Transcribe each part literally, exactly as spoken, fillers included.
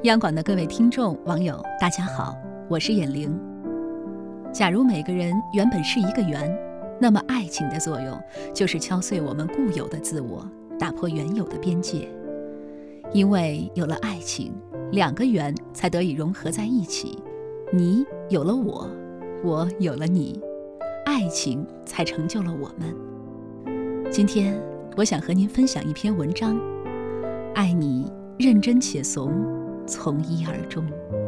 央广的各位听众、网友，大家好，我是眼玲。假如每个人原本是一个圆，那么爱情的作用就是敲碎我们固有的自我，打破原有的边界。因为有了爱情，两个圆才得以融合在一起。你有了我，我有了你，爱情才成就了我们。今天我想和您分享一篇文章，爱你认真且怂，从一而终。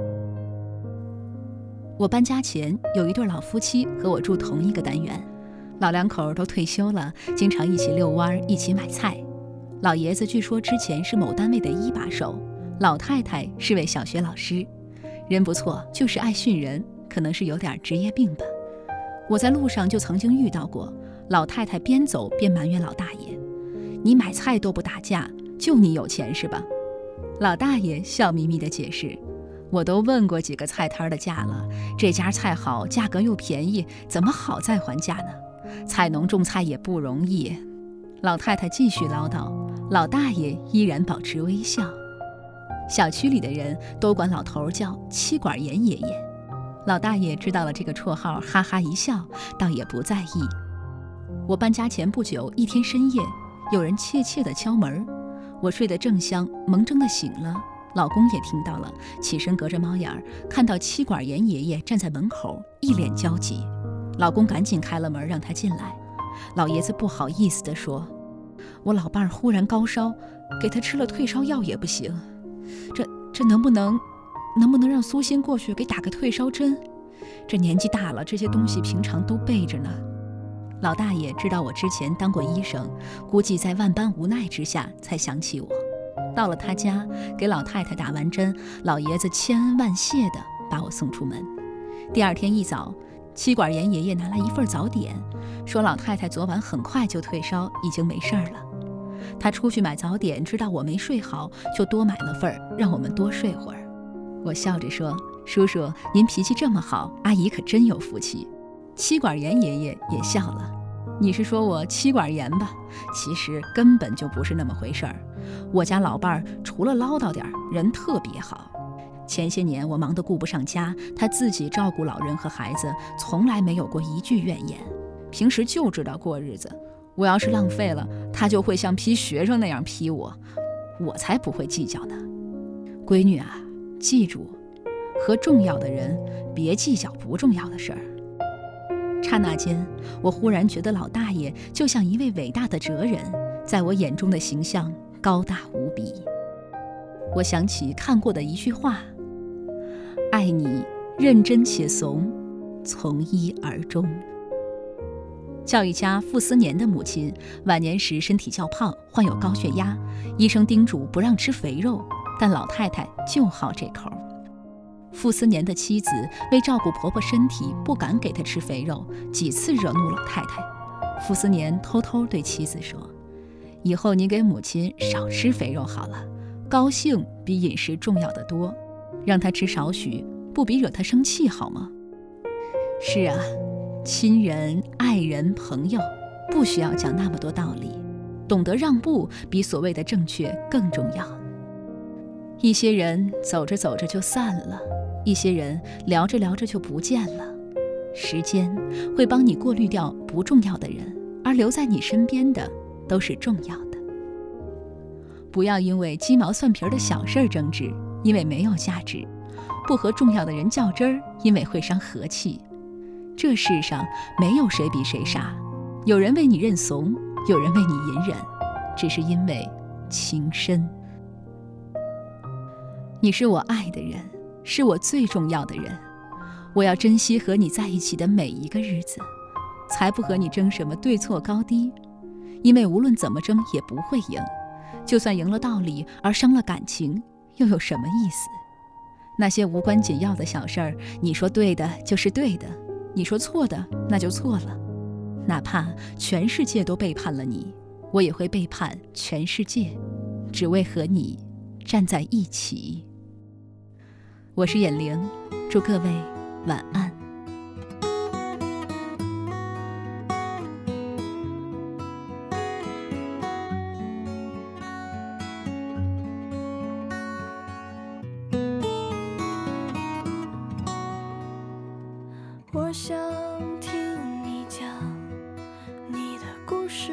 我搬家前，有一对老夫妻和我住同一个单元，老两口都退休了，经常一起遛弯，一起买菜。老爷子据说之前是某单位的一把手，老太太是位小学老师，人不错，就是爱训人，可能是有点职业病吧。我在路上就曾经遇到过，老太太边走边埋怨老大爷：“你买菜都不打架，就你有钱是吧？”老大爷笑眯眯地解释：“我都问过几个菜摊的价了，这家菜好，价格又便宜，怎么好再还价呢？菜农种菜也不容易。”老太太继续唠叨，老大爷依然保持微笑。小区里的人都管老头叫妻管严爷爷，老大爷知道了这个绰号，哈哈一笑，倒也不在意。我搬家前不久，一天深夜，有人怯怯地敲门，我睡得正香，蒙怔地醒了，老公也听到了，起身隔着猫眼儿看到妻管严爷爷站在门口，一脸焦急。老公赶紧开了门让他进来。老爷子不好意思地说：“我老伴儿忽然高烧，给他吃了退烧药也不行，这这能不能能不能让苏欣过去给打个退烧针？这年纪大了，这些东西平常都备着呢。”老大爷知道我之前当过医生，估计在万般无奈之下才想起我。到了他家，给老太太打完针，老爷子千恩万谢地把我送出门。第二天一早，妻管严爷爷拿来一份早点，说老太太昨晚很快就退烧，已经没事了。他出去买早点，知道我没睡好，就多买了份，让我们多睡会儿。我笑着说：“叔叔，您脾气这么好，阿姨可真有福气。”妻管严爷爷也笑了：“你是说我妻管严吧？其实根本就不是那么回事儿。我家老伴儿除了唠叨点，人特别好。前些年我忙得顾不上家，他自己照顾老人和孩子，从来没有过一句怨言。平时就知道过日子，我要是浪费了，他就会像批学生那样批我，我才不会计较呢。闺女啊，记住，和重要的人别计较不重要的事儿。”刹那间，我忽然觉得老大爷就像一位伟大的哲人，在我眼中的形象高大无比。我想起看过的一句话：“爱你认真且怂，从一而终。”教育家傅斯年的母亲晚年时身体较胖，患有高血压，医生叮嘱不让吃肥肉，但老太太就好这口。傅斯年的妻子为照顾婆婆身体，不敢给她吃肥肉，几次惹怒老太太。傅斯年偷偷对妻子说：“以后你给母亲少吃肥肉好了，高兴比饮食重要得多，让她吃少许，不比惹她生气好吗？”是啊，亲人、爱人、朋友，不需要讲那么多道理，懂得让步比所谓的正确更重要。一些人走着走着就散了，一些人聊着聊着就不见了。时间会帮你过滤掉不重要的人，而留在你身边的都是重要的。不要因为鸡毛蒜皮的小事争执，因为没有价值；不和重要的人较真儿，因为会伤和气。这世上没有谁比谁傻，有人为你认怂，有人为你隐忍，只是因为情深。你是我爱的人，是我最重要的人，我要珍惜和你在一起的每一个日子，才不和你争什么对错高低，因为无论怎么争也不会赢，就算赢了道理而伤了感情，又有什么意思？那些无关紧要的小事儿，你说对的就是对的，你说错的那就错了。哪怕全世界都背叛了你，我也会背叛全世界，只为和你站在一起。我是眼玲，祝各位晚安。 想听你讲你的故事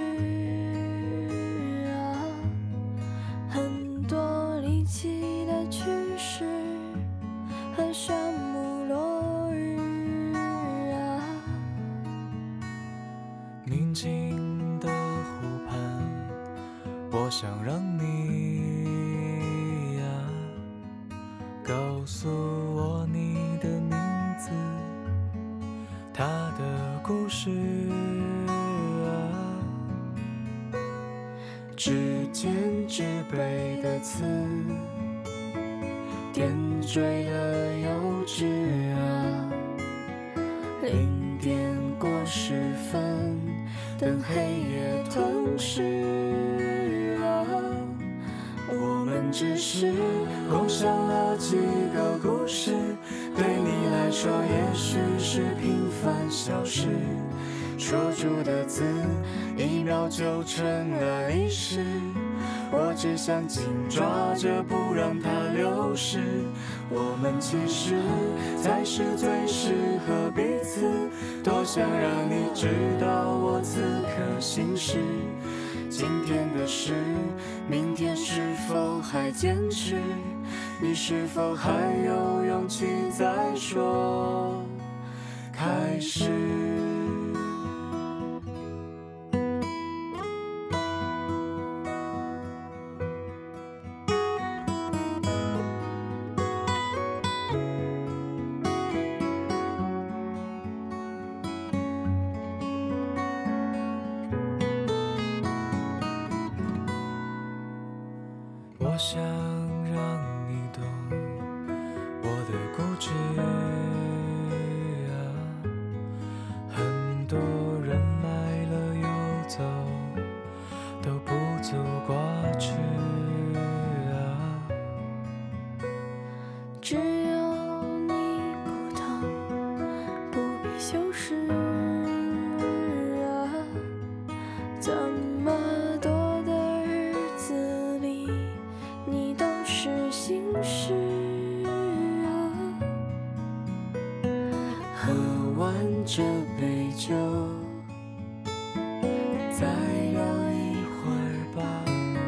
啊，很多离奇的趣事和沙漠落日啊。 宁静的湖畔，我想让你呀、告诉我你的名字，他的故事啊。指尖之辈的刺，点缀的幼稚啊。零点过十分，等黑夜吞噬啊。我们只是共享了几个故事，对你来说也许是平凡小事，说出的字一秒就成了历史。我只想紧抓着不让它流逝，我们其实才是最适合彼此，多想让你知道我此刻心事。今天的事，明天是否还坚持？你是否还有勇气再说开始？我想让你懂我的固执啊，很多人来了又走，都不足挂齿啊。 只有你不懂，不必修饰啊，这么多的日子里，你都是心事啊。 喝完这杯酒，再聊一会儿吧。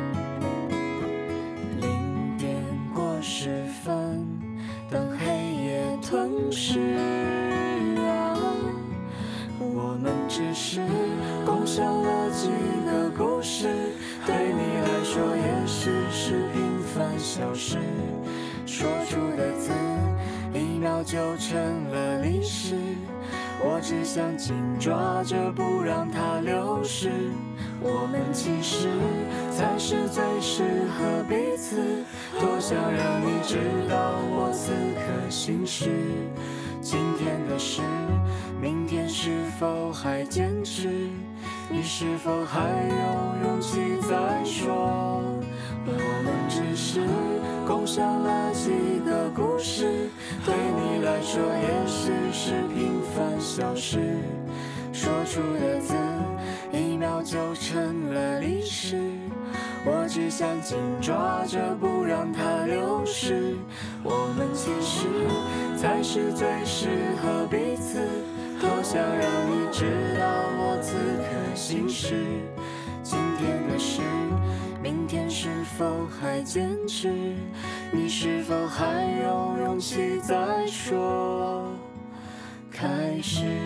零点过十分，等黑夜吞噬啊。我们只是共享了几个故事，对你来说也许是平凡小事，说出的字一秒就成了历史。我只想紧抓着不让它流逝，我们其实才是最适合彼此，多想让你知道我此刻心事。今天的事，明天是否还坚持？你是否还有勇气再说？我们只是共享了几个故事，对你来说也许是平凡小事，说出的字一秒就成了历史。我只想紧抓着不让它流逝，我们其实才是最适合彼此，多想让你知道我此刻心事。今天的事，明天是否还坚持？你是否还有勇气再说开始？